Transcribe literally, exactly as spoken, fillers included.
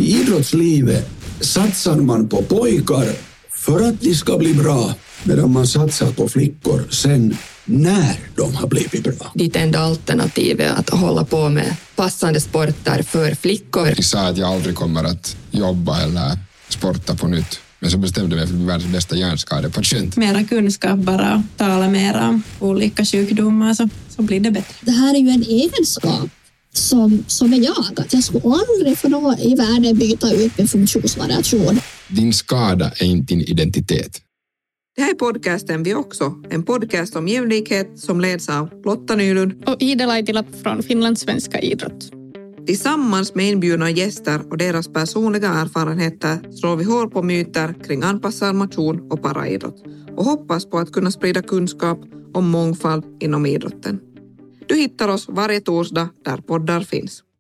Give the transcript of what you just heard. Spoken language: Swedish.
I idrottslivet satsar man på pojkar för att de ska bli bra, medan man satsar på flickor sen när de har blivit bra. Ditt enda alternativ är att hålla på med passande sporter för flickor. Jag sa att jag aldrig kommer att jobba eller sporta på nytt. Men så bestämde jag mig för att bli världens bästa hjärnskadepatient. Mera kunskap, bara tala mera om olika sjukdomar, så, så blir det bättre. Det här är ju en egenskap som, som är jag. Att jag skulle aldrig för något i världen byta ut min funktionsvariation. Din skada är inte din identitet. Det här är podcasten Vi också. En podcast om jämlikhet som leds av Lotta Nylund och Ida Laitila från Finlands svenska idrott. Tillsammans med inbjudna gäster och deras personliga erfarenheter slår vi hål på myter kring anpassad motion och paraidrott och hoppas på att kunna sprida kunskap om mångfald inom idrotten. Du hittar oss varje torsdag där poddar finns.